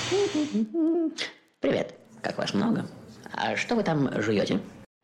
Привет, как вас много? А что вы там жуете?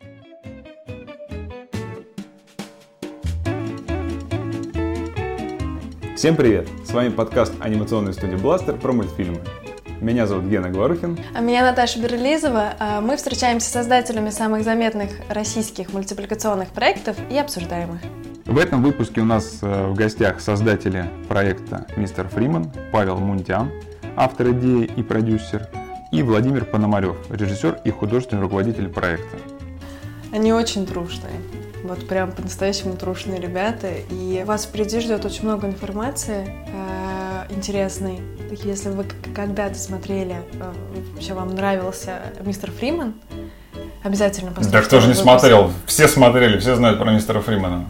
Всем привет! С вами подкаст анимационной студии Бластер про мультфильмы. Меня зовут Гена Говорухин. А меня Наташа Берлизова. Мы встречаемся с создателями самых заметных российских мультипликационных проектов и обсуждаем их. В этом выпуске у нас в гостях создатели проекта «Мистер Фриман» Павел Мунтян, автор идеи и продюсер, и Владимир Пономарев, режиссер и художественный руководитель проекта. Они очень трушные. Вот прям по-настоящему трушные ребята. И вас впереди ждет очень много информации интересной. Если вы когда-то смотрели, вообще вам нравился «Мистер Фриман», обязательно посмотрите. Да кто же не смотрел? Все смотрели, все знают про мистера Фримана.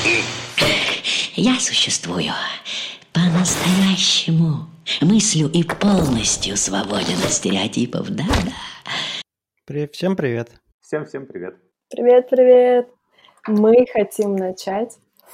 Я существую по-настоящему. Мыслю и полностью свободен от стереотипов, да-да. Всем привет. Всем привет. Привет. Мы хотим начать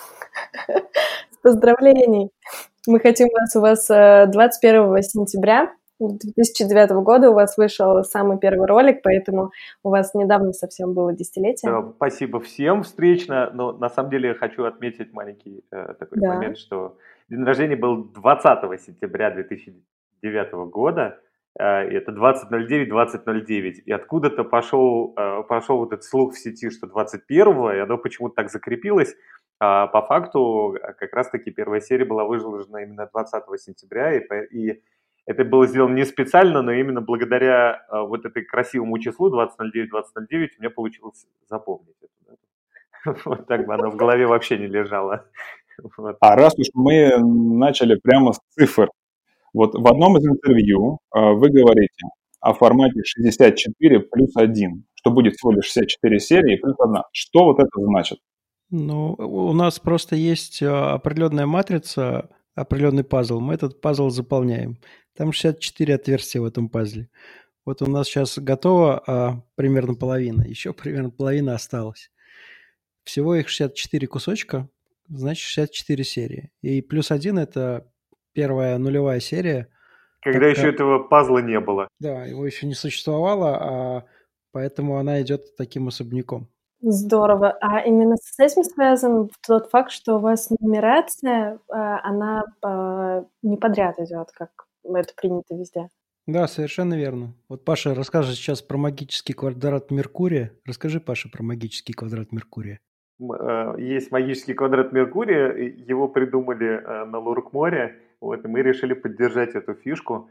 с поздравлений. Мы хотим у вас 21 сентября 2009 года у вас вышел самый первый ролик, поэтому у вас недавно совсем было десятилетие. Да, спасибо всем встречно, но на самом деле я хочу отметить маленький такой момент, что день рождения был 20 сентября 2009 года, и это 20.09, и откуда-то пошел вот этот слух в сети, что 21-го, и оно почему-то так закрепилось. А по факту как раз-таки первая серия была выложена именно 20 сентября, и это было сделано не специально, но именно благодаря вот этой красивому числу 20.09, у меня получилось запомнить это. Вот так бы оно в голове вообще не лежало. Вот. А раз уж мы начали прямо с цифр, вот в одном из интервью вы говорите о формате 64 плюс 1, что будет всего лишь 64 серии плюс 1. Что вот это значит? Ну, у нас просто есть определенная матрица, определенный пазл. Мы этот пазл заполняем. Там 64 отверстия в этом пазле. Вот у нас сейчас готово примерно половина. Еще примерно половина осталась. Всего их 64 кусочка, значит 64 серии. И плюс 1 – это первая нулевая серия. Когда еще этого пазла не было. Да, его еще не существовало, поэтому она идет таким особняком. Здорово. А именно с этим связан тот факт, что у вас нумерация, она не подряд идет, как это принято везде. Да, совершенно верно. Вот Паша расскажет сейчас про магический квадрат Меркурия. Расскажи, Паша, про магический квадрат Меркурия. Есть магический квадрат Меркурия, его придумали на Лурк-море, вот, и мы решили поддержать эту фишку.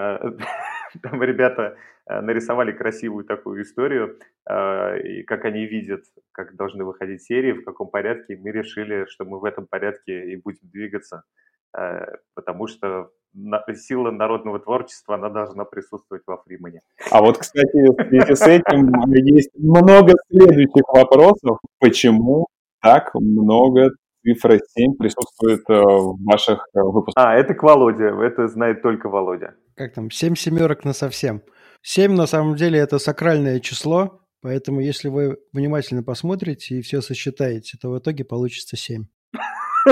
Там ребята нарисовали красивую такую историю, и как они видят, как должны выходить серии, в каком порядке. И мы решили, что мы в этом порядке и будем двигаться, потому что сила народного творчества, она должна присутствовать во Фримане. А вот, кстати, в связи с этим есть много следующих вопросов. Почему так много цифры 7 присутствует в ваших выпусках? Это к Володе, это знает только Володя. Как там, 7 семерок на совсем. 7 на самом деле это сакральное число, поэтому если вы внимательно посмотрите и все сосчитаете, то в итоге получится 7. У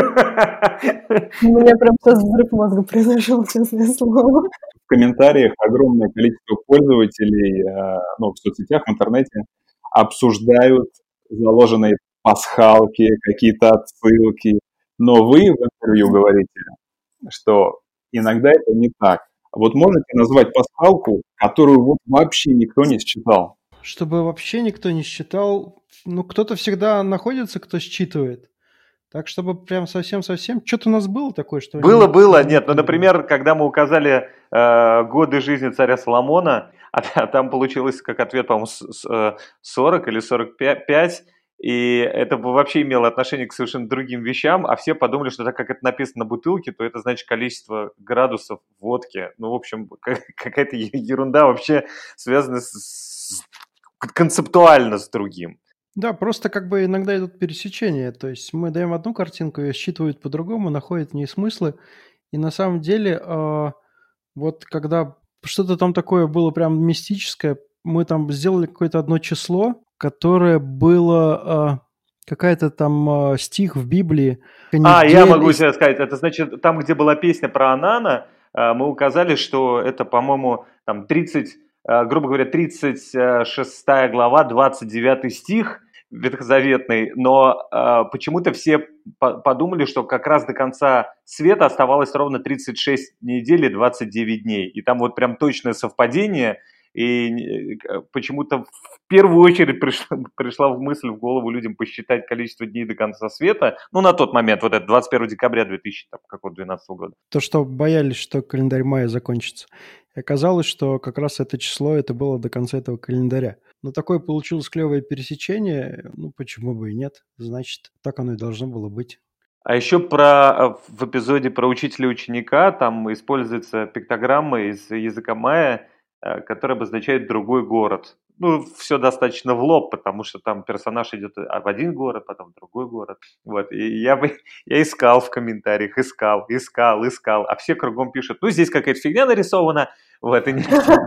меня прям сейчас взрыв мозга произошел, честное слово. В комментариях огромное количество пользователей в соцсетях, в интернете обсуждают заложенные пасхалки, какие-то отсылки. Но вы в интервью говорите, что иногда это не так. Вот можете назвать пасхалку, которую вот вообще никто не считал? Чтобы вообще никто не считал, кто-то всегда находится, кто считывает. Так, чтобы прям совсем-совсем... Что-то у нас было такое, что... Было. Нет. Например, когда мы указали годы жизни царя Соломона, а там получилось как ответ, по-моему, 40 или 45, и это вообще имело отношение к совершенно другим вещам, а все подумали, что так как это написано на бутылке, то это значит количество градусов водки. В общем, какая-то ерунда вообще связана концептуально с другим. Да, просто иногда идут пересечения. То есть мы даем одну картинку, ее считывают по-другому, находят в ней смыслы. И на самом деле, вот когда что-то там такое было прям мистическое, мы там сделали какое-то одно число, которое было какая-то там стих в Библии. Я могу тебе сказать, это значит, там, где была песня про Анана, мы указали, что это, по-моему, там грубо говоря, 36 глава, 29 стих ветхозаветный, но почему-то все подумали, что как раз до конца света оставалось ровно 36 недель и 29 дней. И там вот прям точное совпадение, и почему-то в первую очередь пришла мысль в голову людям посчитать количество дней до конца света, ну, на тот момент, вот это 21 декабря 2012 года. То, что боялись, что календарь майя закончится. И оказалось, что как раз это число, это было до конца этого календаря. Но такое получилось клевое пересечение, ну, почему бы и нет. Значит, так оно и должно было быть. А еще в эпизоде про учителя и ученика там используется пиктограмма из языка майя, который обозначает другой город. Ну, все достаточно в лоб, потому что там персонаж идет в один город, потом в другой город. Вот. И я искал в комментариях, искал, а все кругом пишут, ну, здесь какая-то фигня нарисована, вот, и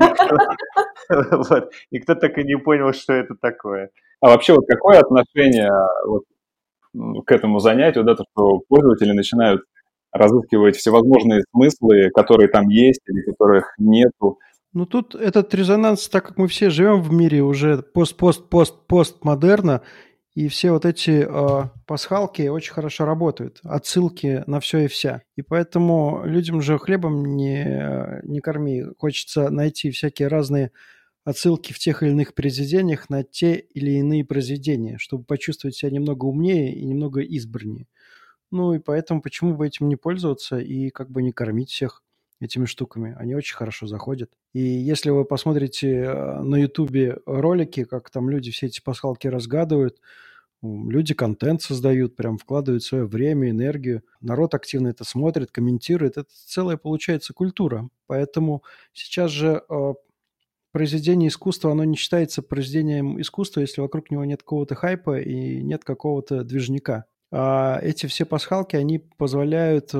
никто так и не понял, что это такое. А вообще, вот какое отношение вот к этому занятию, да, то, что пользователи начинают разыскивать всевозможные смыслы, которые там есть или которых нету? Ну, тут этот резонанс, так как мы все живем в мире уже постмодерна, и все вот эти пасхалки очень хорошо работают, отсылки на все и вся. И поэтому людям же хлебом не корми. Хочется найти всякие разные отсылки в тех или иных произведениях на те или иные произведения, чтобы почувствовать себя немного умнее и немного избраннее. Ну и поэтому почему бы этим не пользоваться и как бы не кормить всех этими штуками. Они очень хорошо заходят. И если вы посмотрите на Ютубе ролики, как там люди все эти пасхалки разгадывают, люди контент создают, прям вкладывают свое время, энергию. Народ активно это смотрит, комментирует. Это целая, получается, культура. Поэтому сейчас же произведение искусства, оно не считается произведением искусства, если вокруг него нет какого-то хайпа и нет какого-то движника. А эти все пасхалки, они позволяют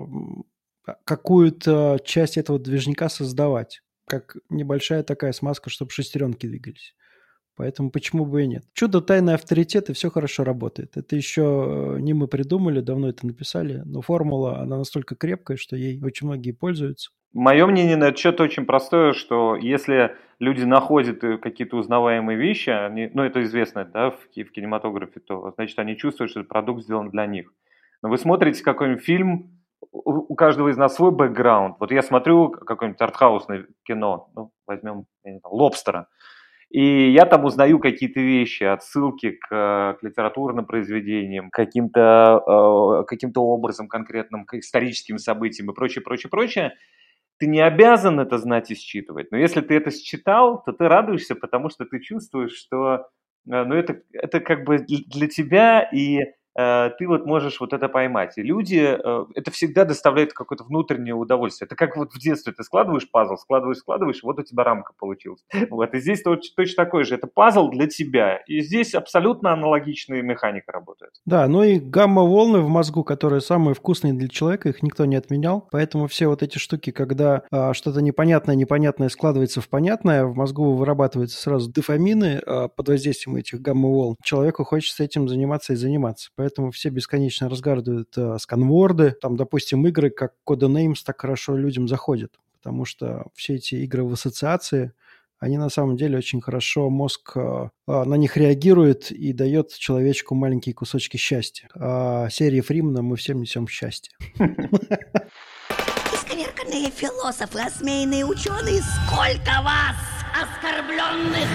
какую-то часть этого движника создавать, как небольшая такая смазка, чтобы шестеренки двигались. Поэтому почему бы и нет? Чудо, тайный авторитет, и все хорошо работает. Это еще не мы придумали, давно это написали, но формула, она настолько крепкая, что ей очень многие пользуются. Мое мнение на этот счет очень простое, что если люди находят какие-то узнаваемые вещи, ну это известно, да, в кинематографе, то значит они чувствуют, что этот продукт сделан для них. Но вы смотрите какой-нибудь фильм, у каждого из нас свой бэкграунд. Вот я смотрю какое-нибудь артхаусное кино, ну возьмем, я не знаю, «Лобстера», и я там узнаю какие-то вещи, отсылки к литературным произведениям, каким-то образом конкретным, к историческим событиям и прочее, прочее, прочее. Ты не обязан это знать и считывать, но если ты это считал, то ты радуешься, потому что ты чувствуешь, что это как бы для тебя, и ты вот можешь вот это поймать. И люди, это всегда доставляет какое-то внутреннее удовольствие. Это как вот в детстве ты складываешь пазл, складываешь, вот у тебя рамка получилась. Вот, и здесь точно такой же. Это пазл для тебя. И здесь абсолютно аналогичная механика работает. Да, ну и гамма-волны в мозгу, которые самые вкусные для человека, их никто не отменял. Поэтому все вот эти штуки, когда что-то непонятное складывается в понятное, в мозгу вырабатываются сразу дофамины под воздействием этих гамма-волн. Человеку хочется этим заниматься и заниматься. Поэтому все бесконечно разгадывают сканворды. Там, допустим, игры, как Codenames, так хорошо людям заходят. Потому что все эти игры в ассоциации, они на самом деле очень хорошо, мозг на них реагирует и дает человечку маленькие кусочки счастья. Серии Фримана «Мы всем несем счастье». Исковерканные философы, осмеянные ученые, сколько вас, оскорбленных!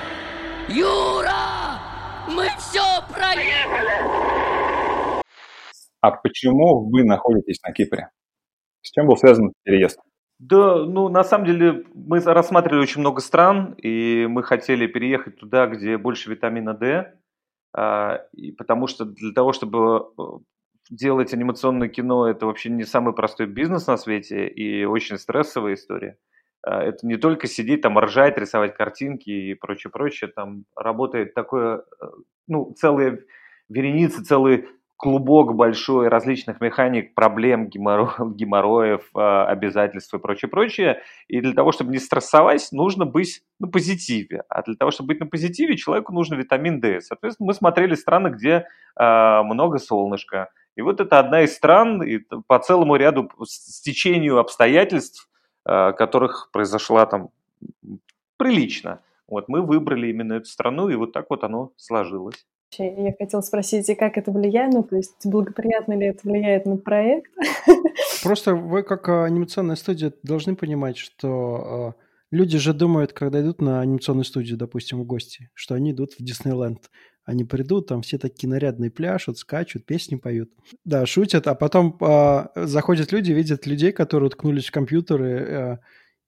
Юра! Мы все проехали! А почему вы находитесь на Кипре? С чем был связан переезд? Да, ну, на самом деле, мы рассматривали очень много стран, и мы хотели переехать туда, где больше витамина D, и потому что для того, чтобы делать анимационное кино, это вообще не самый простой бизнес на свете и очень стрессовая история. Это не только сидеть там, ржать, рисовать картинки и прочее, там работает такое, ну, целая вереница, целый клубок большой различных механик, проблем, геморроев, обязательств и прочее. И для того, чтобы не стрессовать, нужно быть на позитиве. А для того, чтобы быть на позитиве, человеку нужен витамин D. Соответственно, мы смотрели страны, где много солнышка. И вот это одна из стран, и по целому ряду стечению обстоятельств, которых произошла там прилично. Вот мы выбрали именно эту страну, и вот так вот оно сложилось. Я хотела спросить, и как это влияет, то есть благоприятно ли это влияет на проект? Просто вы, как анимационная студия, должны понимать, что люди же думают, когда идут на анимационную студию, допустим, в гости, что они идут в Диснейленд. Они придут, там все такие нарядные пляшут, скачут, песни поют. Да, шутят, а потом заходят люди, видят людей, которые уткнулись в компьютеры,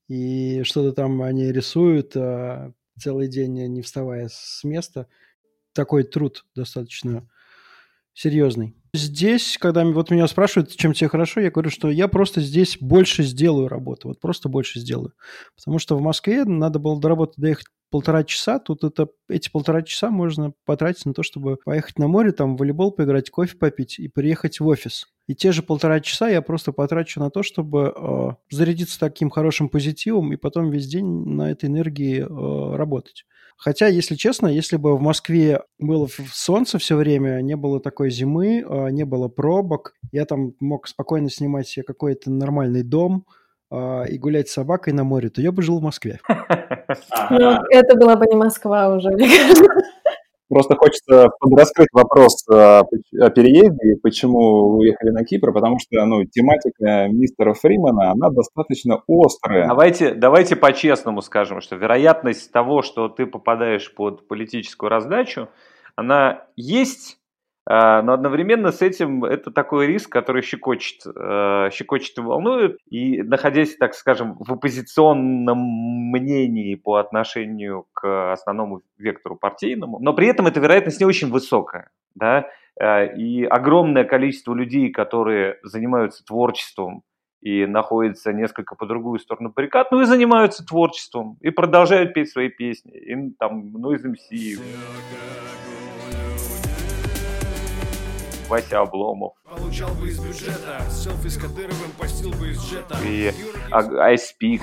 и что-то там они рисуют целый день, не вставая с места. Такой труд достаточно серьезный. Здесь, когда вот меня спрашивают, чем тебе хорошо, я говорю, что я просто здесь больше сделаю работу, вот просто больше сделаю. Потому что в Москве надо было до работы доехать 1,5 часа, тут эти 1,5 часа можно потратить на то, чтобы поехать на море, там в волейбол поиграть, кофе попить и приехать в офис. И те же 1,5 часа я просто потрачу на то, чтобы зарядиться таким хорошим позитивом и потом весь день на этой энергии работать. Хотя, если честно, если бы в Москве было солнце все время, не было такой зимы, не было пробок, я там мог спокойно снимать себе какой-то нормальный дом и гулять с собакой на море, то я бы жил в Москве. Ну, это была бы не Москва уже, мне кажется. Просто хочется подраскрыть вопрос о переезде и почему вы уехали на Кипр, потому что тематика мистера Фримена, она достаточно острая. Давайте по-честному скажем, что вероятность того, что ты попадаешь под политическую раздачу, она есть, но одновременно с этим это такой риск, который щекочет и волнует. И находясь, так скажем, в оппозиционном мнении по отношению к основному вектору партийному, но при этом эта вероятность не очень высокая. Да? И огромное количество людей, которые занимаются творчеством и находятся несколько по другую сторону баррикад, и занимаются творчеством, и продолжают петь свои песни. Им там Noise MC, Вася Обломов. Получал бы из бюджета, селфи с Кадыровым постил бы из джета. И iSpeak.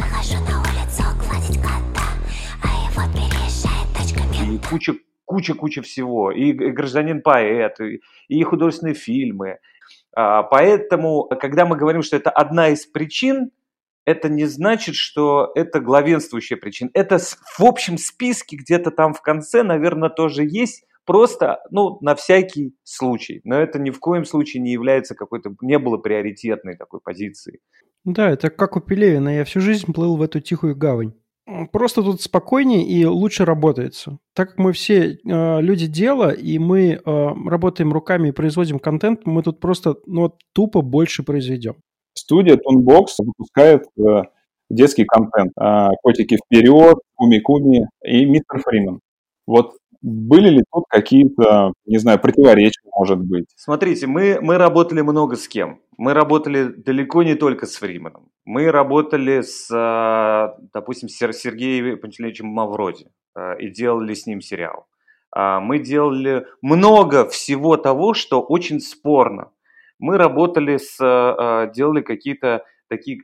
И куча всего. И гражданин-поэт, и художественные фильмы. Поэтому, когда мы говорим, что это одна из причин, это не значит, что это главенствующая причина. Это в общем списке где-то там в конце, наверное, тоже есть. Просто, на всякий случай. Но это ни в коем случае не является не было приоритетной такой позиции. Да, это как у Пелевина. Я всю жизнь плыл в эту тихую гавань. Просто тут спокойнее и лучше работается. Так как мы все люди дела, и мы работаем руками и производим контент, мы тут просто тупо больше произведем. Студия Toonbox выпускает детский контент. «Котики вперед», «Куми-Куми» и «Мистер Фримен». Вот были ли тут какие-то, не знаю, противоречия, может быть? Смотрите, мы работали много с кем. Мы работали далеко не только с Фрименом. Мы работали с, допустим, Сергеем Пантелеевичем Мавроди и делали с ним сериал. Мы делали много всего того, что очень спорно. Мы работали делали какие-то такие,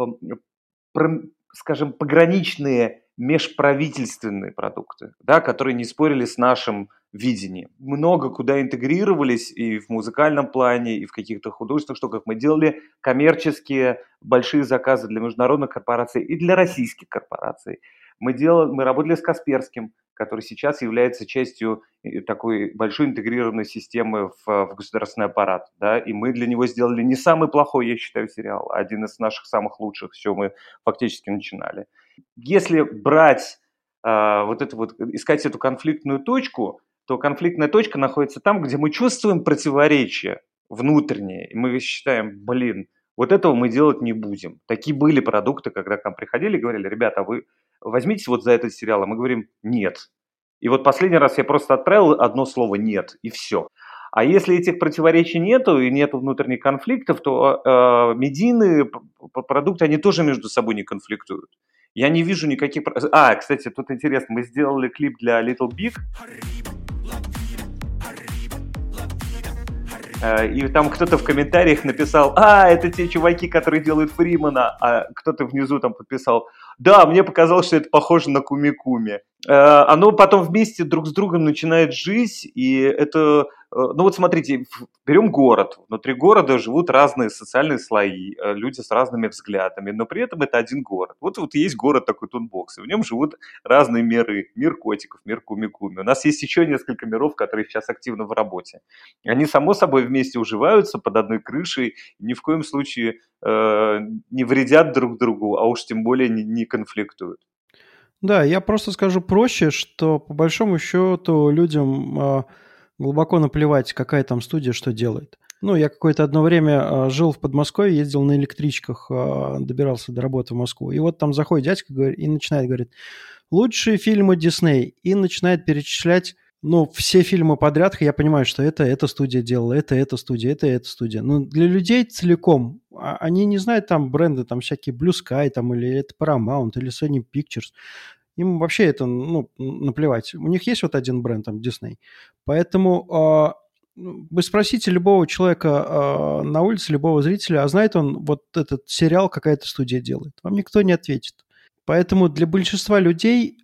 скажем, пограничные межправительственные продукты, да, которые не спорили с нашим видением. Много куда интегрировались и в музыкальном плане, и в каких-то художественных штуках. Мы делали коммерческие большие заказы для международных корпораций и для российских корпораций. Мы работали с Касперским, который сейчас является частью такой большой интегрированной системы в государственный аппарат. Да? И мы для него сделали не самый плохой, я считаю, сериал, а один из наших самых лучших. Все, мы фактически начинали. Если брать искать эту конфликтную точку, то конфликтная точка находится там, где мы чувствуем противоречия внутренние. И мы считаем, вот этого мы делать не будем. Такие были продукты, когда к нам приходили и говорили: ребята, вы возьмитесь вот за этот сериал. А мы говорим: нет. И вот последний раз я просто отправил одно слово «нет», и все. А если этих противоречий нету и нету внутренних конфликтов, то медийные продукты, они тоже между собой не конфликтуют. Я не вижу никаких... Кстати, тут интересно, мы сделали клип для Little Big. И там кто-то в комментариях написал: это те чуваки, которые делают Фримена. А кто-то внизу там подписал: да, мне показалось, что это похоже на Куми-Куми. Оно потом вместе друг с другом начинает жить, и это ну вот смотрите, берем город. Внутри города живут разные социальные слои, люди с разными взглядами, но при этом это один город. Вот есть город такой Тунбокс, и в нем живут разные миры. Мир котиков, мир Куми-Куми. У нас есть еще несколько миров, которые сейчас активно в работе. Они, само собой, вместе уживаются под одной крышей, ни в коем случае не вредят друг другу, а уж тем более не конфликтуют. Да, я просто скажу проще, что по большому счету людям глубоко наплевать, какая там студия что делает. Ну, я какое-то одно время жил в Подмосковье, ездил на электричках, добирался до работы в Москву. И вот там заходит дядька и начинает говорить, лучшие фильмы Дисней. И начинает перечислять, ну, все фильмы подряд. Я понимаю, что это эта студия делала, это эта студия, это эта студия. Но для людей целиком, они не знают там бренды, там всякие Blue Sky, там, или это Paramount, или Sony Pictures. Им вообще это, ну, наплевать. У них есть вот один бренд, там, Disney. Поэтому вы спросите любого человека на улице, любого зрителя, а знает он вот этот сериал какая-то студия делает? Вам никто не ответит. Поэтому для большинства людей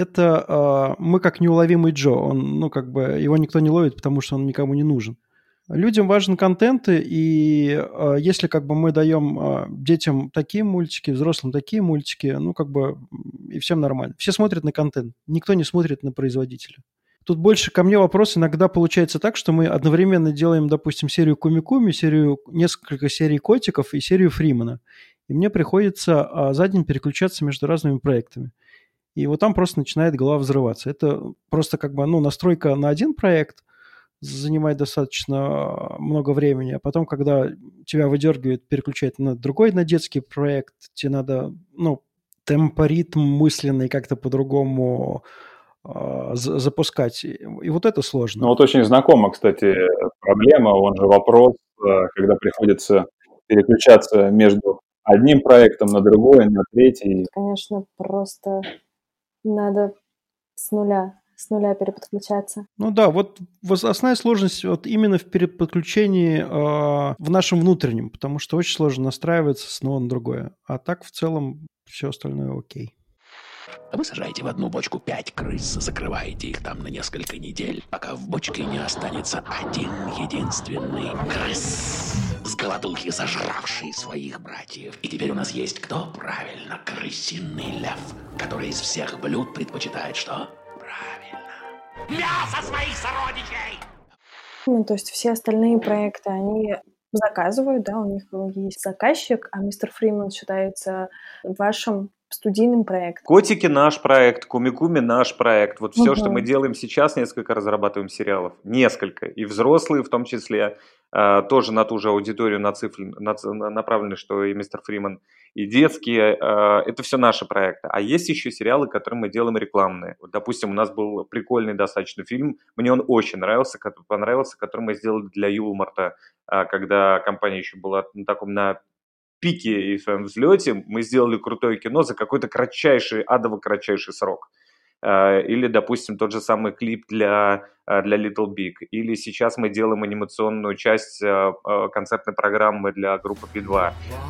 это мы как неуловимый Джо. Он, ну, как бы, его никто не ловит, потому что он никому не нужен. Людям важен контент, и если как бы мы даем детям такие мультики, взрослым такие мультики, ну как бы и всем нормально. Все смотрят на контент, никто не смотрит на производителя. Тут больше ко мне вопрос. Иногда получается так, что мы одновременно делаем, допустим, серию Куми-Куми, несколько серий Котиков и серию Фримана. И мне приходится за день переключаться между разными проектами. И вот там просто начинает голова взрываться. Это просто как бы, ну, настройка на один проект занимает достаточно много времени, а потом, когда тебя выдергивают, переключают на другой, на детский проект, тебе надо, ну, темпоритм мысленный как-то по-другому запускать. И вот это сложно. Ну вот очень знакома, кстати, проблема, он же вопрос, когда приходится переключаться между одним проектом на другой, на третий. Конечно, просто надо с нуля переподключаться. Ну да, вот основная сложность вот именно в переподключении в нашем внутреннем, потому что очень сложно настраиваться с одного на другое. А так в целом все остальное окей. Вы сажаете в одну бочку 5 крыс, закрываете их там на несколько недель, пока в бочке не останется один единственный крыс, с голодухи сожравший своих братьев. И теперь у нас есть кто? Правильно, крысиный лев, который из всех блюд предпочитает что? Правильно, мясо своих сородичей! Ну, то есть все остальные проекты, они заказывают, да, у них есть заказчик, а мистер Фриман считается вашим студийным проектом. Котики наш проект, Куми-Куми наш проект. Вот все, что мы делаем сейчас, несколько разрабатываем сериалов. Несколько. И взрослые в том числе, тоже на ту же аудиторию направлены, что и мистер Фриман, и детские. Это все наши проекты. А есть еще сериалы, которые мы делаем рекламные. Вот, допустим, у нас был прикольный достаточно фильм, мне он очень понравился, который мы сделали для Юлмарта, когда компания еще была на пике и в своем взлете, мы сделали крутое кино за какой-то адово кратчайший срок. Или, допустим, тот же самый клип для Little Big. Или сейчас мы делаем анимационную часть концертной программы для группы B2.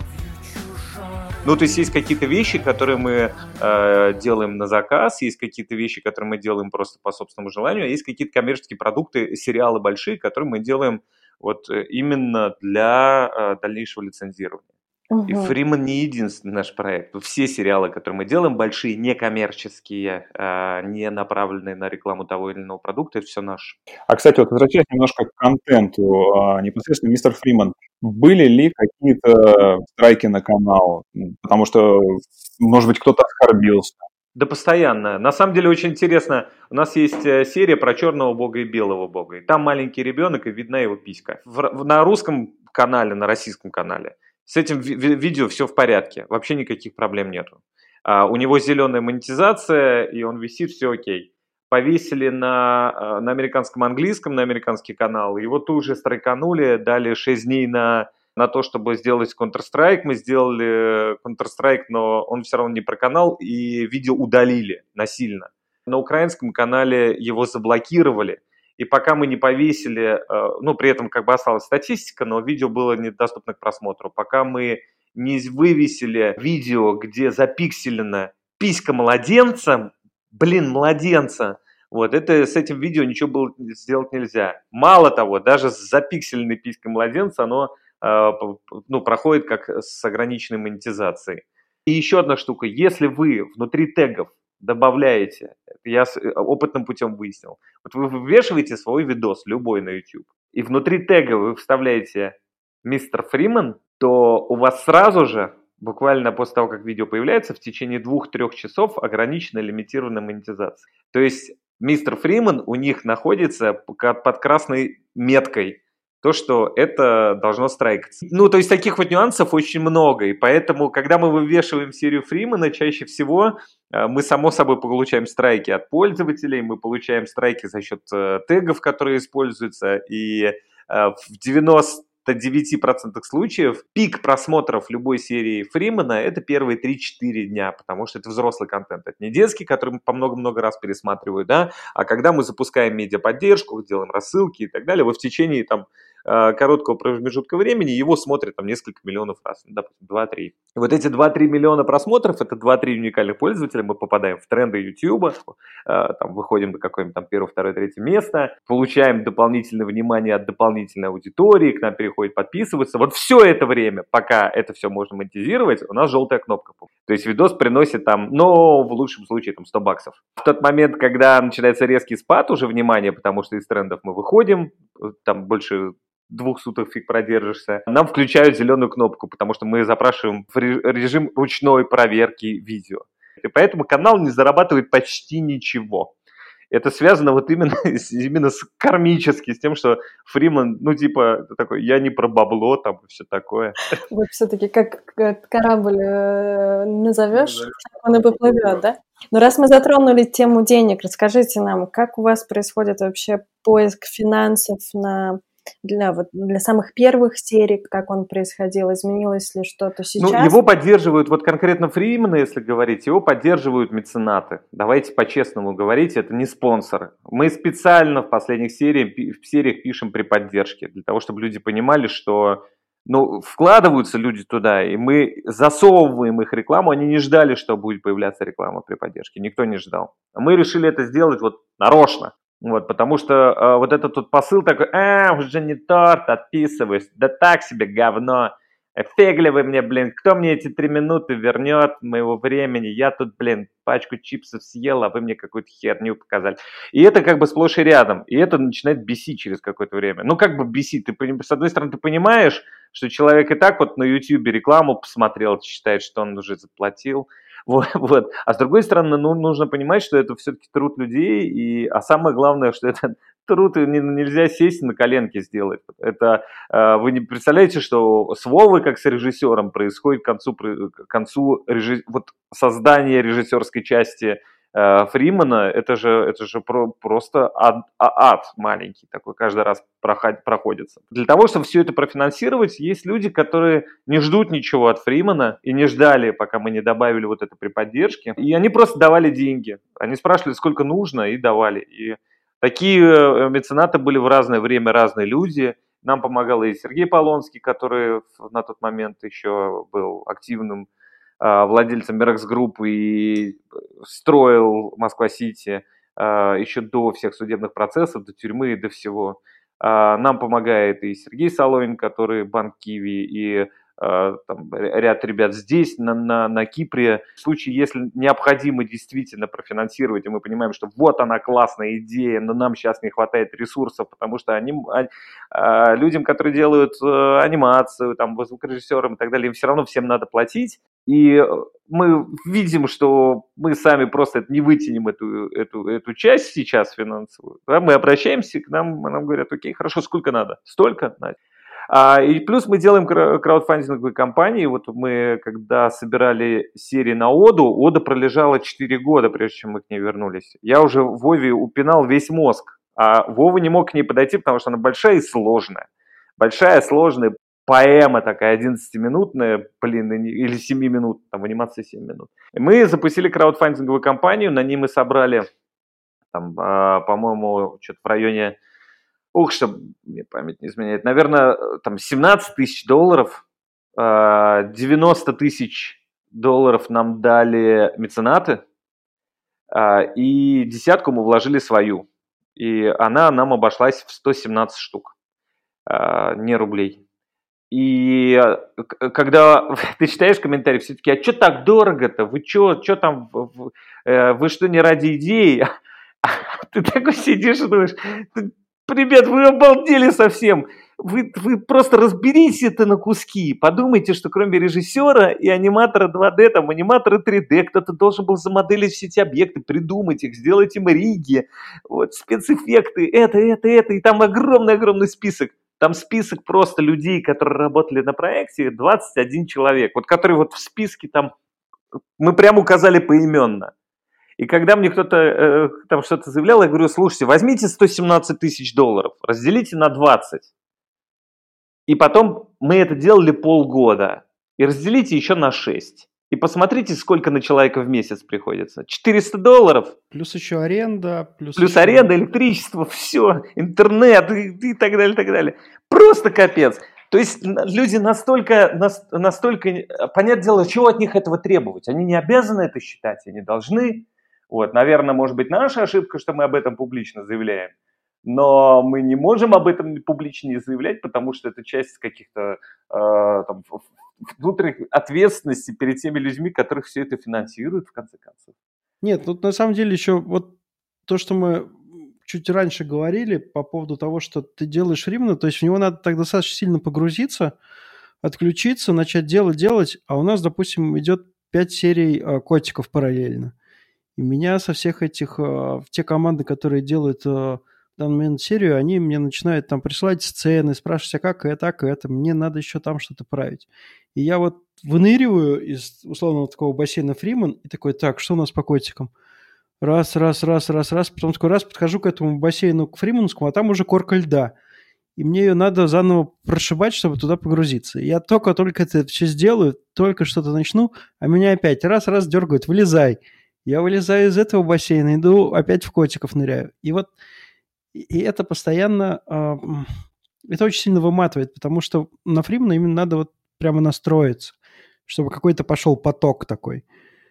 Ну, то есть какие-то вещи, которые мы делаем на заказ, есть какие-то вещи, которые мы делаем просто по собственному желанию, а есть какие-то коммерческие продукты, сериалы большие, которые мы делаем вот именно для дальнейшего лицензирования. И Фриман не единственный наш проект. Все сериалы, которые мы делаем, большие, некоммерческие, не направленные на рекламу того или иного продукта, это все наше. А, кстати, вот возвращаясь немножко к контенту, непосредственно мистер Фриман, были ли какие-то страйки на канал? Потому что, может быть, кто-то оскорбился. Да постоянно. На самом деле очень интересно. У нас есть серия про черного бога и белого бога. И там маленький ребенок, и видна его писька. На русском канале, на российском канале с этим видео все в порядке. Вообще никаких проблем нету. У него зеленая монетизация, и он висит, все окей. Повесили на американском английском, на американский канал. Его тут же страйканули, дали 6 дней на то, чтобы сделать Counter-Strike. Мы сделали Counter-Strike, но он все равно не про канал, и видео удалили насильно. На украинском канале его заблокировали, и пока мы не повесили, ну, при этом как бы осталась статистика, но видео было недоступно к просмотру. Пока мы не вывесили видео, где запикселена писька младенца, младенца, Вот, это с этим видео ничего было сделать нельзя. Мало того, даже запиксельной писькой младенца оно проходит как с ограниченной монетизацией. И еще одна штука, если вы внутри тегов добавляете, я опытным путем выяснил, вот вы вывешиваете свой видос, любой на YouTube, и внутри тега вы вставляете мистер Фриман, то у вас сразу же, буквально после того, как видео появляется, в течение 2-3 часов ограниченная лимитированная монетизация. То есть мистер Фриман у них находится под красной меткой, то, что это должно страйкаться. То есть таких вот нюансов очень много, и поэтому, когда мы вывешиваем серию Фримана, чаще всего мы, само собой, получаем страйки от пользователей, мы получаем страйки за счет тегов, которые используются, и в 99% случаев пик просмотров любой серии Фримана – это первые 3-4 дня, потому что это взрослый контент. Это не детский, который мы по много-много раз пересматривают, да, а когда мы запускаем медиаподдержку, делаем рассылки и так далее, вы в течение короткого промежутка времени его смотрят несколько миллионов раз, допустим, 2-3. И вот эти 2-3 миллиона просмотров, это 2-3 уникальных пользователя, мы попадаем в тренды YouTube, выходим до какое-нибудь 1, 2, 3 место, получаем дополнительное внимание от дополнительной аудитории, к нам переходит подписываться. Вот все это время, пока это все можно монетизировать, у нас желтая кнопка. То есть видос приносит в лучшем случае $100. В тот момент, когда начинается резкий спад уже внимания, потому что из трендов мы выходим, больше 2 суток фиг продержишься, нам включают зеленую кнопку, потому что мы запрашиваем в режим ручной проверки видео. И поэтому канал не зарабатывает почти ничего. Это связано именно с кармически, с тем, что Фриман, такой, я не про бабло, и все такое. Вот все-таки как корабль назовешь, он и поплывет, да? Но раз мы затронули тему денег, расскажите нам, как у вас происходит вообще поиск финансов для самых первых серий, как он происходил, изменилось ли что-то сейчас? Его поддерживают, конкретно Фримана, если говорить, его поддерживают меценаты. Давайте по-честному говорить, это не спонсоры. Мы специально в последних сериях пишем при поддержке, для того, чтобы люди понимали, что вкладываются люди туда, и мы засовываем их рекламу, они не ждали, что будет появляться реклама при поддержке, никто не ждал. Мы решили это сделать нарочно. Потому что этот посыл такой, уже не торт, отписываюсь, да так себе говно, фиг ли вы мне, кто мне эти 3 минуты вернет моего времени, я тут, пачку чипсов съел, а вы мне какую-то херню показали. И это сплошь и рядом, и это начинает бесить через какое-то время. Бесит, с одной стороны ты понимаешь, что человек и так на YouTube рекламу посмотрел, считает, что он уже заплатил. А с другой стороны, нужно понимать, что это все-таки труд людей, а самое главное, что это труд нельзя сесть на коленке сделать. Это вы не представляете, что с Вовой, как с режиссером, происходит к концу создания режиссерской части Фримана, это же просто ад маленький такой, каждый раз проходится. Для того, чтобы все это профинансировать, есть люди, которые не ждут ничего от Фримана и не ждали, пока мы не добавили это при поддержке. И они просто давали деньги. Они спрашивали, сколько нужно, и давали. И такие меценаты были в разное время разные люди. Нам помогал и Сергей Полонский, который на тот момент еще был активным владельцем Мирекс Групп и строил Москва-Сити еще до всех судебных процессов, до тюрьмы и до всего. Нам помогает и Сергей Солонин, который банк Киви, и ряд ребят здесь, на Кипре. В случае, если необходимо действительно профинансировать, и мы понимаем, что она классная идея, но нам сейчас не хватает ресурсов, потому что людям, которые делают анимацию, звукорежиссерам и так далее, им все равно всем надо платить. И мы видим, что мы сами просто не вытянем эту часть сейчас финансовую. Да, мы обращаемся к нам говорят, окей, хорошо, сколько надо? Столько? И плюс мы делаем краудфандинговые кампании. Мы, когда собирали серии на Оду, Ода пролежала 4 года, прежде чем мы к ней вернулись. Я уже Вове упинал весь мозг, а Вова не мог к ней подойти, потому что она большая и сложная. Большая, сложная поэма такая, 11-минутная, или 7 минут, в анимации 7 минут. И мы запустили краудфандинговую кампанию, на ней мы собрали, по-моему, что-то в районе... чтобы мне память не изменяет, наверное, $17 тысяч, $90 тысяч нам дали меценаты, и 10 мы вложили свою. И она нам обошлась в 117 штук, не рублей. И когда ты читаешь комментарии, все таки, а что так дорого-то? Вы что там, вы что, не ради идеи? Ты такой сидишь и думаешь, ребят, вы обалдели совсем. Вы просто разберите это на куски. Подумайте, что кроме режиссера и аниматора 2D, там аниматора 3D, кто-то должен был замоделить все эти объекты, придумать их, сделать им риги, вот, спецэффекты, это, и там огромный список. Там список просто людей, которые работали на проекте, 21 человек, вот который вот в списке там, мы прямо указали поименно. И когда мне кто-то там что-то заявлял, я говорю, слушайте, возьмите 117 тысяч долларов, разделите на 20. И потом мы это делали полгода. И разделите еще на 6. И посмотрите, сколько на человека в месяц приходится. $400. Плюс еще аренда. Плюс еще... аренда, электричество, все, интернет и так далее, так далее. Просто капец. То есть люди настолько, понятное дело, чего от них этого требовать? Они не обязаны это считать, они должны. Вот, наверное, может быть, наша ошибка, что мы об этом публично заявляем. Но мы не можем об этом публично не заявлять, потому что это часть каких-то внутренних ответственностей перед теми людьми, которых все это финансируют, в конце концов. Нет, тут на самом деле еще вот то, что мы чуть раньше говорили по поводу того, что ты делаешь Римна, то есть в него надо так достаточно сильно погрузиться, отключиться, начать делать, а у нас, допустим, идет 5 серий котиков параллельно. И меня со всех этих, те команды, которые делают в данный момент серию, они мне начинают там присылать сцены, спрашивать, а как это, мне надо еще там что-то править. И я вот выныриваю из условного такого бассейна Фриман и такой, так, что у нас по котикам? Раз, потом такой раз подхожу к этому бассейну, к Фриманскому, а там уже корка льда. И мне ее надо заново прошибать, чтобы туда погрузиться. И я только это все сделаю, только что-то начну, а меня опять раз дергают, вылезай. Я вылезаю из этого бассейна, иду опять в котиков ныряю. И вот и это постоянно, это очень сильно выматывает, потому что на Фримана именно надо вот прямо настроиться, чтобы какой-то пошел поток такой.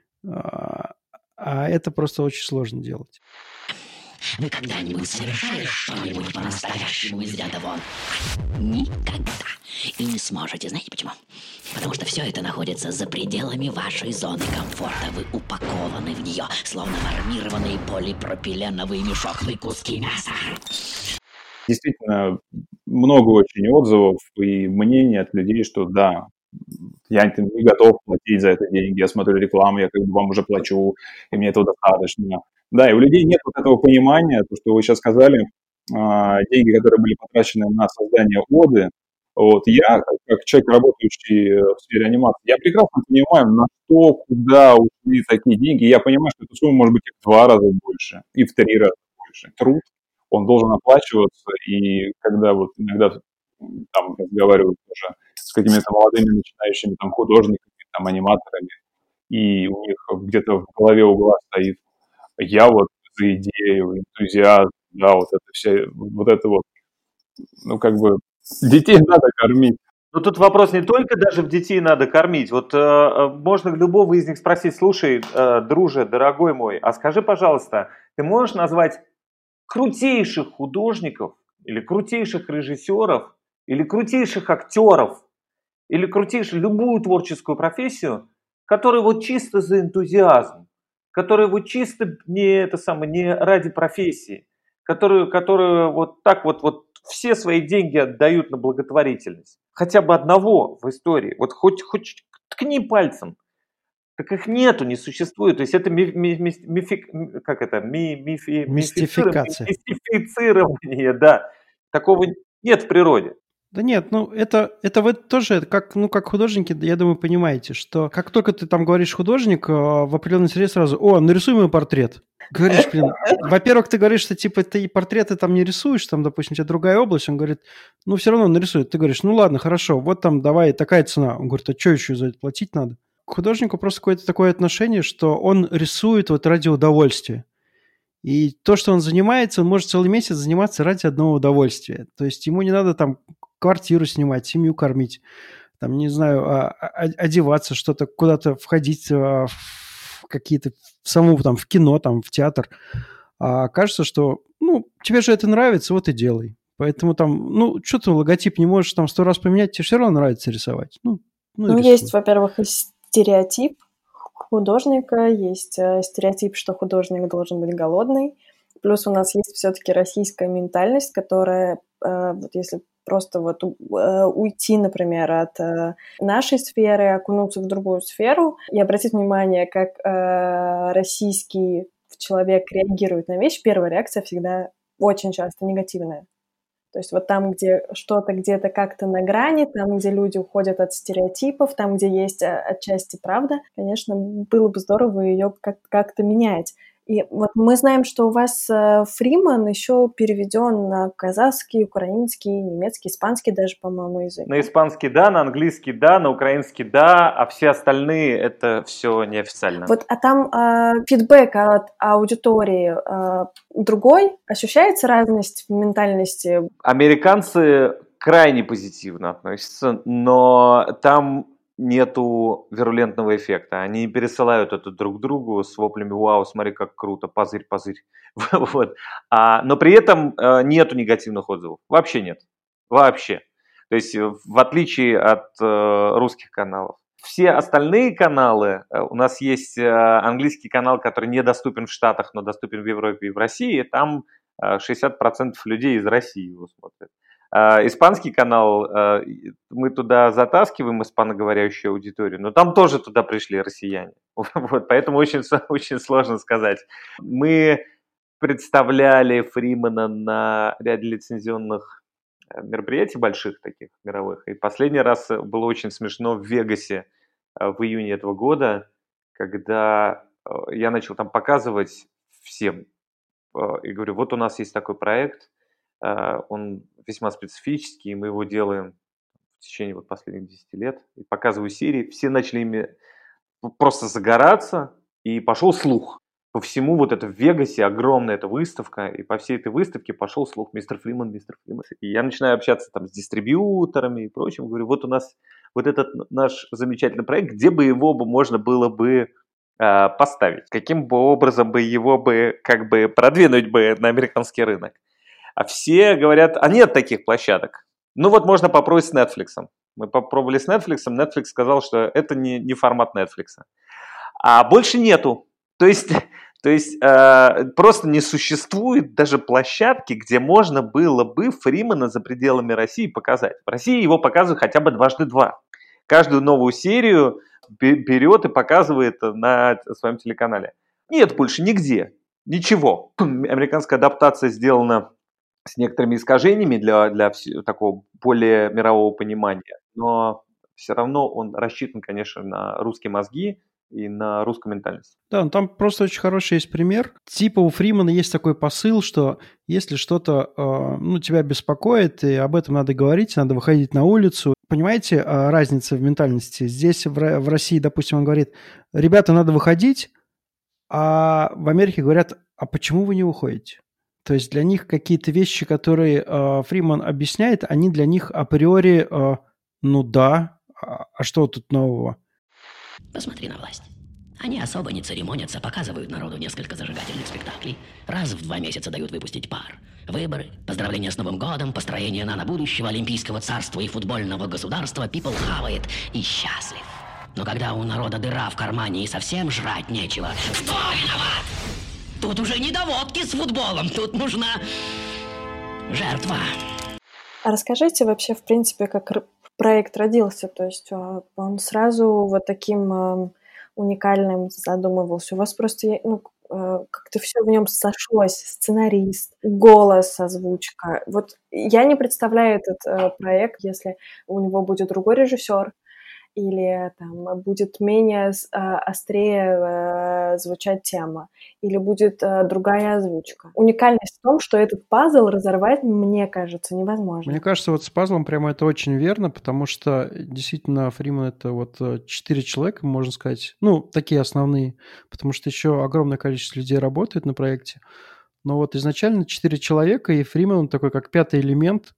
А это просто очень сложно делать. Вы когда-нибудь совершали что-нибудь по-настоящему из ряда вон? Никогда. И не сможете. Знаете почему? Потому что все это находится за пределами вашей зоны комфорта. Вы упакованы в нее, словно в армированные полипропиленовые мешковые куски мяса. Действительно, много очень отзывов и мнений от людей, что да, я не готов платить за это деньги, я смотрю рекламу, я как бы вам уже плачу, и мне этого достаточно. Да, и у людей нет вот этого понимания, то, что вы сейчас сказали, деньги, которые были потрачены на создание оды, вот я, как человек, работающий в сфере анимации, я прекрасно понимаю, на что, куда ушли такие деньги, я понимаю, что эта сумма может быть и в 2 раза больше, и в 3 раза больше. Труд, он должен оплачиваться, и когда вот иногда там разговаривают уже с какими-то молодыми начинающими там художниками, там аниматорами, и у них где-то в голове угла стоит я вот за идею, энтузиазм, да, вот это все, вот это вот, ну, как бы, детей надо кормить. Ну, тут вопрос не только даже в детей надо кормить. Вот можно любого из них спросить, слушай, друже, дорогой мой, а скажи, пожалуйста, ты можешь назвать крутейших художников или крутейших режиссеров или крутейших актеров или крутейшую любую творческую профессию, которые вот чисто за энтузиазм, которые вот чисто не ради профессии, которые вот так вот все свои деньги отдают на благотворительность. Хотя бы одного в истории. Вот хоть ткни пальцем. Так их нету, не существует. То есть это мистифицирование, да. Такого нет в природе. Да нет, ну это вы тоже, как художники, я думаю, понимаете, что как только ты там говоришь художник, в определенной среде сразу, нарисуй мой портрет. Говоришь, во-первых, ты говоришь, что типа ты портреты там не рисуешь, там, допустим, у тебя другая область, он говорит, ну все равно нарисует. Ты говоришь, ну ладно, хорошо, вот там давай такая цена. Он говорит, а что еще за это платить надо? К художнику просто какое-то такое отношение, что он рисует вот ради удовольствия. И то, что он занимается, он может целый месяц заниматься ради одного удовольствия. То есть ему не надо там квартиру снимать, семью кормить, там, не знаю, одеваться, что-то, куда-то входить в какие-то в кино, там, в театр. А кажется, что, тебе же это нравится, вот и делай. Поэтому там, что ты логотип не можешь там 100 раз поменять, тебе все равно нравится рисовать. Есть, во-первых, и стереотип художника, есть стереотип, что художник должен быть голодный. Плюс у нас есть все-таки российская ментальность, которая, если просто уйти, например, от нашей сферы, окунуться в другую сферу и обратить внимание, как российский человек реагирует на вещь, первая реакция всегда очень часто негативная. То есть вот там, где что-то где-то как-то на грани, там, где люди уходят от стереотипов, там, где есть отчасти правда, конечно, было бы здорово ее как-то менять. И вот мы знаем, что у вас Фриман еще переведен на казахский, украинский, немецкий, испанский даже, по-моему, язык. На испанский да, на английский да, на украинский да, а все остальные это все неофициально. Вот, а там фидбэк от аудитории другой? Ощущается разность в ментальности? Американцы крайне позитивно относятся, но там нету вирулентного эффекта. Они пересылают это друг другу с воплями «Вау, смотри, как круто, позырь, позырь». Вот. Но при этом нету негативных отзывов. Вообще нет. Вообще. То есть в отличие от русских каналов. Все остальные каналы, у нас есть английский канал, который недоступен в Штатах, но доступен в Европе и в России, там 60% людей из России его смотрят. Испанский канал, мы туда затаскиваем испаноговорящую аудиторию, но там тоже туда пришли россияне. Вот, поэтому очень сложно сказать. Мы представляли Фримана на ряде лицензионных мероприятий больших таких, мировых. И последний раз было очень смешно в Вегасе в июне этого года, когда я начал там показывать всем. И говорю, вот у нас есть такой проект, он весьма специфический, и мы его делаем в течение последних 10 лет. И показываю серии, все начали ими просто загораться, и пошел слух. По всему это в Вегасе огромная эта выставка, и по всей этой выставке пошел слух мистер Фриман. И я начинаю общаться там с дистрибьюторами и прочим, говорю, вот у нас вот этот наш замечательный проект, где бы его можно было бы поставить, каким бы образом бы его бы как бы продвинуть бы на американский рынок. А все говорят, а нет таких площадок. Можно попробовать с Netflix. Мы попробовали с Netflix, Netflix сказал, что это не формат Netflix. А больше нету. То есть просто не существует даже площадки, где можно было бы Фримана за пределами России показать. В России его показывают хотя бы 2x2. Каждую новую серию берет и показывает на своем телеканале. Нет больше нигде. Ничего. Американская адаптация сделана с некоторыми искажениями для такого более мирового понимания, но все равно он рассчитан, конечно, на русские мозги и на русскую ментальность. Да, там просто очень хороший есть пример. Типа у Фримана есть такой посыл, что если что-то тебя беспокоит, и об этом надо говорить, надо выходить на улицу. Понимаете, разница в ментальности? Здесь в России, допустим, он говорит, ребята, надо выходить, а в Америке говорят, а почему вы не выходите? То есть для них какие-то вещи, которые Фриман объясняет, они для них априори, да, а что тут нового? Посмотри на власть. Они особо не церемонятся, показывают народу несколько зажигательных спектаклей. Раз в 2 месяца дают выпустить пар. Выборы, поздравления с Новым годом, построение будущего Олимпийского царства и футбольного государства, people хавает и счастлив. Но когда у народа дыра в кармане и совсем жрать нечего, кто виноват? Тут уже не до водки с футболом, тут нужна жертва. А расскажите вообще, в принципе, как проект родился? То есть он сразу таким уникальным задумывался? У вас просто как-то все в нем сошлось. Сценарист, голос, озвучка. Вот я не представляю этот проект, если у него будет другой режиссер, или там будет менее острее звучать тема, или будет другая озвучка. Уникальность в том, что этот пазл разорвать, мне кажется, невозможно. Мне кажется, с пазлом прямо это очень верно, потому что действительно Фриман это 4 человека, можно сказать, такие основные, потому что еще огромное количество людей работает на проекте, но изначально 4 человека, и Фриман он такой, как 5-й элемент,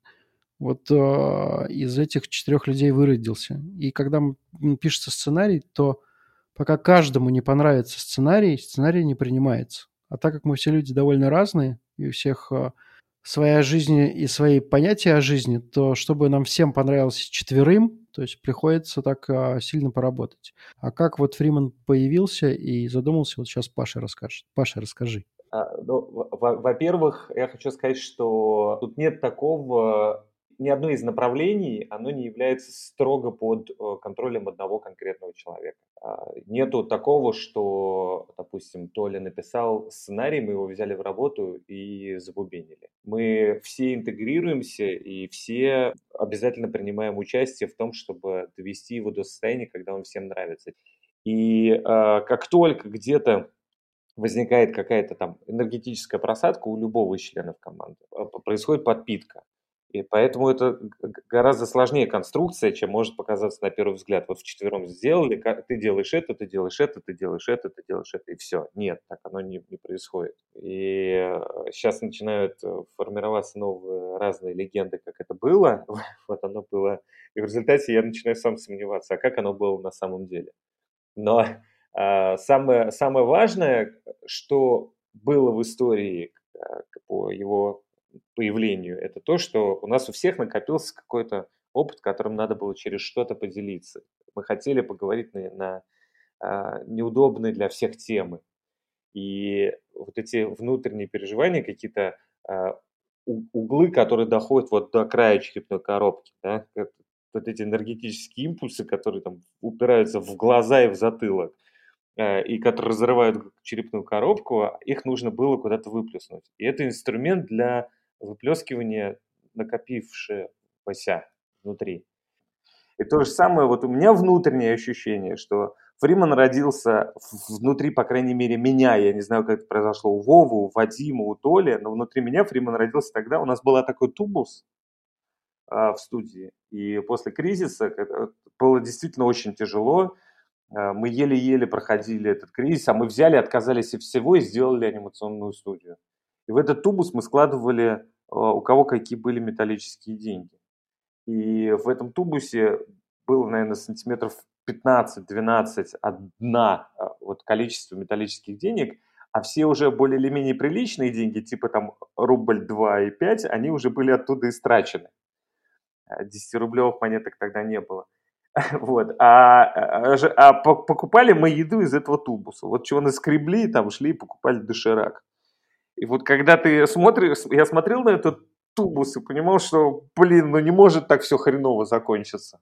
из этих 4 людей выродился. И когда пишется сценарий, то Пока каждому не понравится сценарий, сценарий не принимается. А так как мы все люди довольно разные, и у всех своя жизнь и свои понятия о жизни, то чтобы нам всем понравилось четверым, то есть приходится так сильно поработать. А как вот Фриман появился и задумался, вот сейчас Паша расскажет. Паша, расскажи. Во-первых, я хочу сказать, что тут нет такого, ни одно из направлений, оно не является строго под контролем одного конкретного человека. Нету такого, что, допустим, Толя написал сценарий, мы его взяли в работу и забубенили. Мы все интегрируемся и все обязательно принимаем участие в том, чтобы довести его до состояния, когда он всем нравится. И как только где-то возникает какая-то там энергетическая просадка у любого из членов команды, происходит подпитка. И поэтому это гораздо сложнее конструкция, чем может показаться на первый взгляд. Вот вчетвером сделали, ты делаешь это, ты делаешь это, ты делаешь это, ты делаешь это, и все. Нет, так оно не происходит. И сейчас начинают формироваться новые разные легенды, как это было. Вот оно было. И в результате я начинаю сам сомневаться, а как оно было на самом деле. Но самое важное, что было в истории по его появлению, это то, что у нас у всех накопился какой-то опыт, которым надо было через что-то поделиться. Мы хотели поговорить на неудобные для всех темы. И вот эти внутренние переживания, какие-то углы, которые доходят вот до края черепной коробки, да, вот эти энергетические импульсы, которые там упираются в глаза и в затылок, и которые разрывают черепную коробку, их нужно было куда-то выплеснуть. И это инструмент для выплескивания накопившегося внутри. И то же самое, вот у меня внутреннее ощущение, что Фриман родился внутри, по крайней мере, меня. Я не знаю, как это произошло у Вовы, у Вадима, у Толи, но внутри меня Фриман родился тогда. У нас был такой тубус в студии. И после кризиса было действительно очень тяжело. Мы еле-еле проходили этот кризис, а мы взяли, отказались от всего и сделали анимационную студию. И в этот тубус мы складывали, у кого какие были металлические деньги. И в этом тубусе было, наверное, сантиметров 15-12 от дна вот количество металлических денег, а все уже более или менее приличные деньги, типа там рубль 2 и 5, они уже были оттуда истрачены. 10-рублевых монеток тогда не было. Вот. Покупали мы еду из этого тубуса. Вот чего наскребли, там шли и покупали доширак. И вот когда ты смотришь, я смотрел на этот тубус и понимал, что, блин, ну не может так все хреново закончиться.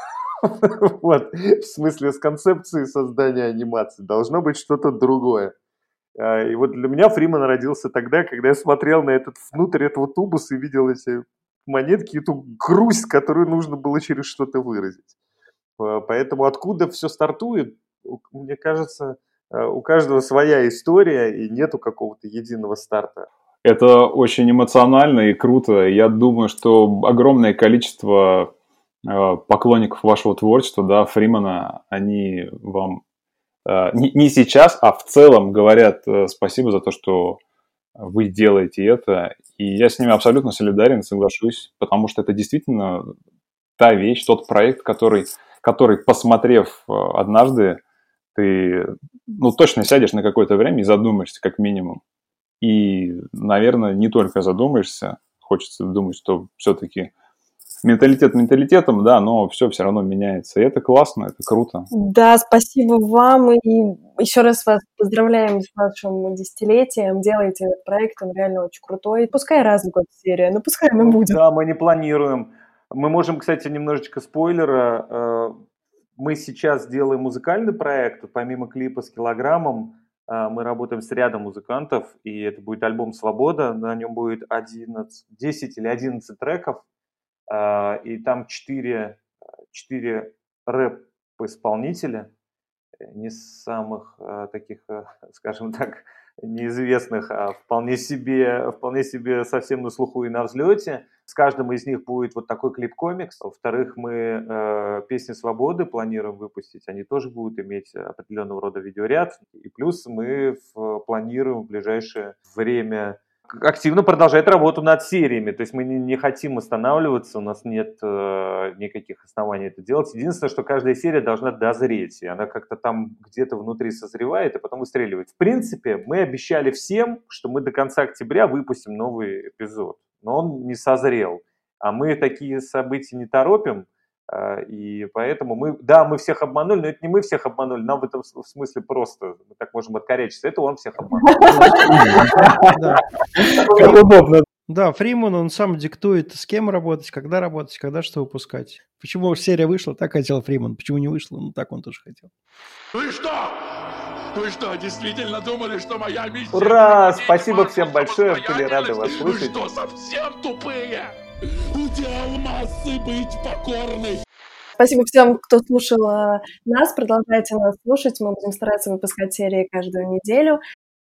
Вот. В смысле, с концепцией создания анимации должно быть что-то другое. И вот для меня Фриман родился тогда, когда я смотрел на внутрь этого тубуса и видел эти монетки, эту грусть, которую нужно было через что-то выразить. Поэтому откуда все стартует, мне кажется, у каждого своя история, и нету какого-то единого старта. Это очень эмоционально и круто. Я думаю, что огромное количество поклонников вашего творчества, да, Фримана, они вам не сейчас, а в целом говорят спасибо за то, что вы делаете это. И я с ними абсолютно солидарен, соглашусь, потому что это действительно та вещь, тот проект, который, посмотрев однажды, ты точно сядешь на какое-то время и задумаешься, как минимум. И, наверное, не только задумаешься, хочется думать, что все-таки менталитет менталитетом, да, но все равно меняется. И это классно, это круто. Да, спасибо вам. И еще раз вас поздравляем с вашим десятилетием. Делайте этот проект, он реально очень крутой. Пускай раз в год серия, но пускай она будет. Да, мы не планируем. Мы можем, кстати, немножечко спойлера. Мы сейчас делаем музыкальный проект. Помимо клипа с килограммом, мы работаем с рядом музыкантов. И это будет альбом «Свобода». На нем будет 10 или 11 треков. И там 4 рэп-исполнителя, не самых таких, скажем так, неизвестных, а вполне себе совсем на слуху и на взлете. С каждым из них будет вот такой клип-комикс. Во-вторых, мы песни «Свободы» планируем выпустить. Они тоже будут иметь определенного рода видеоряд. И плюс мы планируем в ближайшее время активно продолжает работу над сериями. То есть мы не хотим останавливаться, у нас нет никаких оснований это делать. Единственное, что каждая серия должна дозреть, и она как-то там где-то внутри созревает и потом выстреливает. В принципе, мы обещали всем, что мы до конца октября выпустим новый эпизод, но он не созрел. А мы такие события не торопим, и поэтому мы всех обманули, но это не мы всех обманули, нам в этом смысле просто, мы так можем откорячиться, это он всех обманул. Как удобно. Да, Фриман, он сам диктует, с кем работать, когда что выпускать. Почему серия вышла, так хотел Фриман. Почему не вышла, ну так он тоже хотел. Вы что, действительно думали, что моя миссия... Ура! Спасибо всем большое, были рады вас слышать. Вы что, совсем тупые? Удел массы быть покорной. Спасибо всем, кто слушал нас. Продолжайте нас слушать. Мы будем стараться выпускать серии каждую неделю.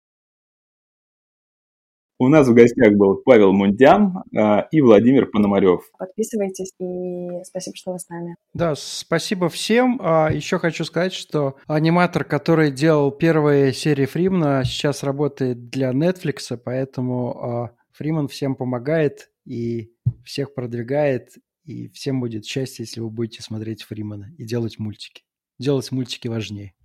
У нас в гостях был Павел Мундян и Владимир Пономарев. Подписывайтесь, и спасибо, что вы с нами. Да, спасибо всем. Еще хочу сказать, что аниматор, который делал первые серии Фримана, сейчас работает для Netflix, поэтому Фриман всем помогает и всех продвигает, и всем будет счастье, если вы будете смотреть Фримана и делать мультики. Делать мультики важнее.